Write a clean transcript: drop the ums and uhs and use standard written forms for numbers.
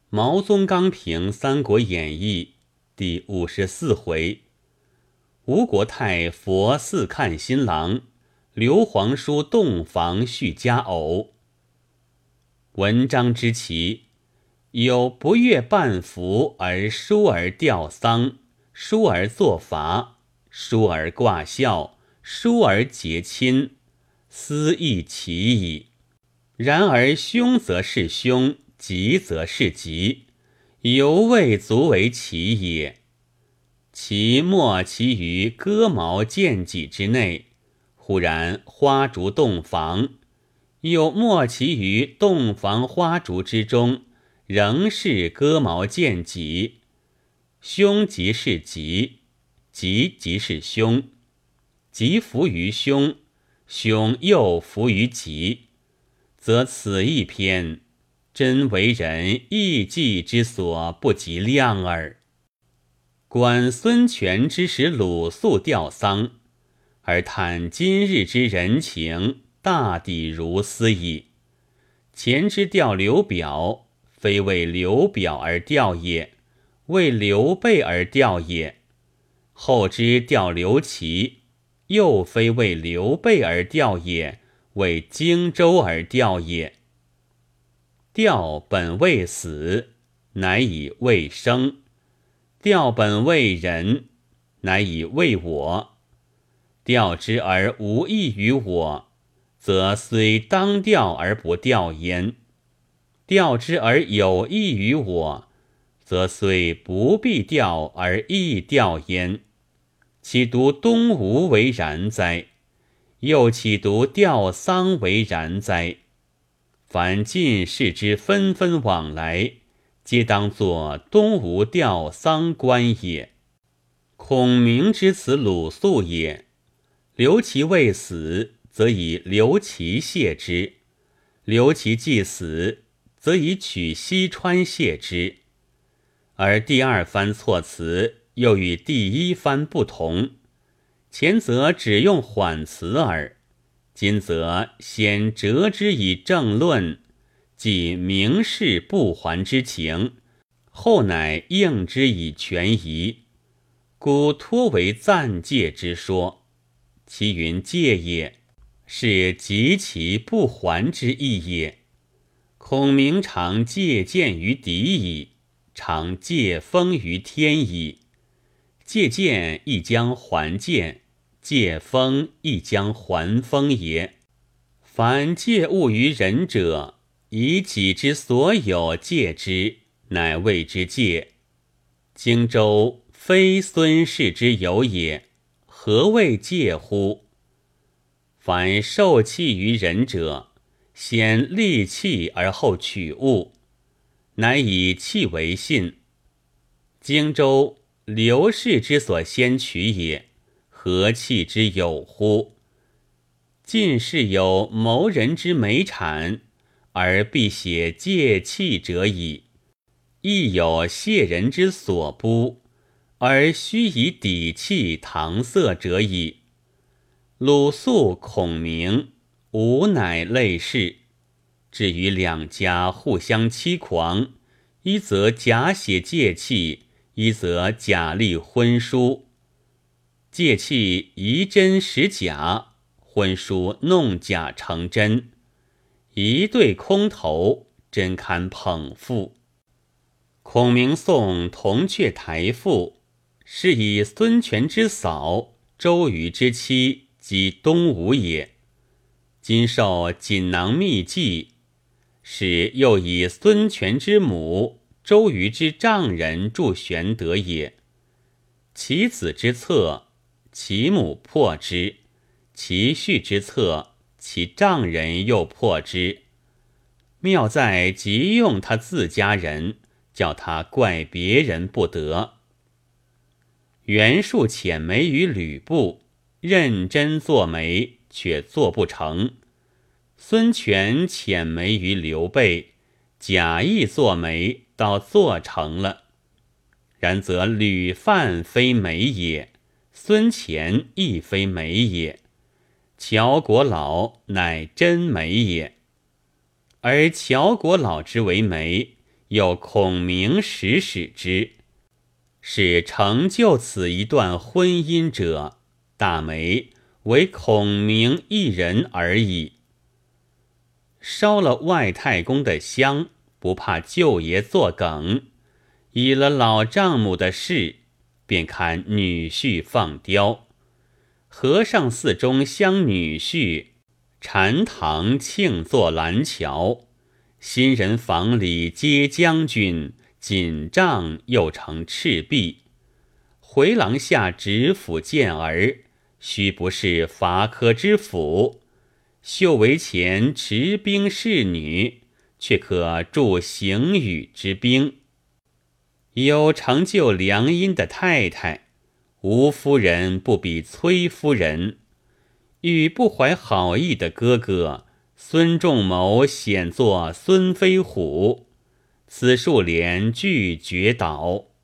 毛宗刚评《三国演义》第54回：吴国太佛寺看新郎，刘皇叔洞房续佳偶。文章之奇，有不越半服而疏而吊丧，疏而作罚，疏而挂孝，疏而结亲，斯亦奇矣。然而凶则是凶，吉则是吉，犹未足为奇也。其莫其于割毛见己之内，忽然花烛洞房；又莫其于洞房花烛之中，仍是割毛见己。凶即是吉，吉即是凶，吉伏于凶，凶又伏于吉，则此一篇，真为人义计之所不及量耳。观孙权之使鲁肃吊丧，而叹今日之人情，大抵如斯矣。前之吊刘表，非为刘表而吊也，为刘备而吊也；后之吊刘琦，又非为刘备而吊也，为荆州而吊也。吊本为死，乃以为生；吊本为人，乃以为我。吊之而无益于我，则虽当吊而不吊焉；吊之而有益于我，则虽不必吊而亦吊焉。岂独东吴为然哉？又岂独吊丧为然哉？凡进士之纷纷往来，皆当作东吴吊丧观也。孔明之辞鲁肃也。刘琦未死，则以刘琦谢之；刘琦既死，则以取西川谢之。而第二番措辞又与第一番不同，前则只用缓辞耳，今则先折之以正论，即明示不还之情，后乃应之以权宜，故托为暂借之说。其云借也，是及其不还之意也。孔明常借剑于敌矣，常借锋于天矣。借剑亦将还剑，借锋亦将还锋也。凡借物于人者，以己之所有借之，乃谓之借。荆州非孙氏之有也，何谓借乎？凡受器于人者，先利器而后取物，乃以器为信。荆州刘氏之所先取也，何器之有乎？晋士有谋人之美产，而必写借器者矣；亦有谢人之所不，而须以底器搪塞者矣。鲁肃、孔明，吾乃类似。至于两家互相欺狂，一则假写借器，一则假立婚书。借器疑真实假，婚书弄假成真，一对空头，真堪捧腹。孔明送铜雀台赋，是以孙权之嫂周瑜之妻及东吴也。今受锦囊秘计，使又以孙权之母周瑜之丈人助玄德也。其子之策，其母破之；其婿之策，其丈人又破之。妙在即用他自家人，叫他怪别人不得。袁术遣媒于吕布，认真做媒，却做不成。孙权遣媒于刘备，假意做媒，倒做成了。然则吕范非媒也，孙乾亦非媒也，乔国老乃真媒也。而乔国老之为媒， 有孔明使之，是成就此一段婚姻者，大没为孔明一人而已。烧了外太公的香，不怕舅爷作梗，倚了老丈母的事，便看女婿放刁。和尚寺中乡女婿，禅堂庆坐蓝桥，新人房里接将军，锦帐又成赤壁。回廊下执斧剑儿，须不是伐柯之斧；袖围前持兵侍女，却可助行雨之兵。有成就良姻的太太，吴夫人不比崔夫人；与不怀好意的哥哥，孙仲谋显作孙飞虎。此数连俱绝倒。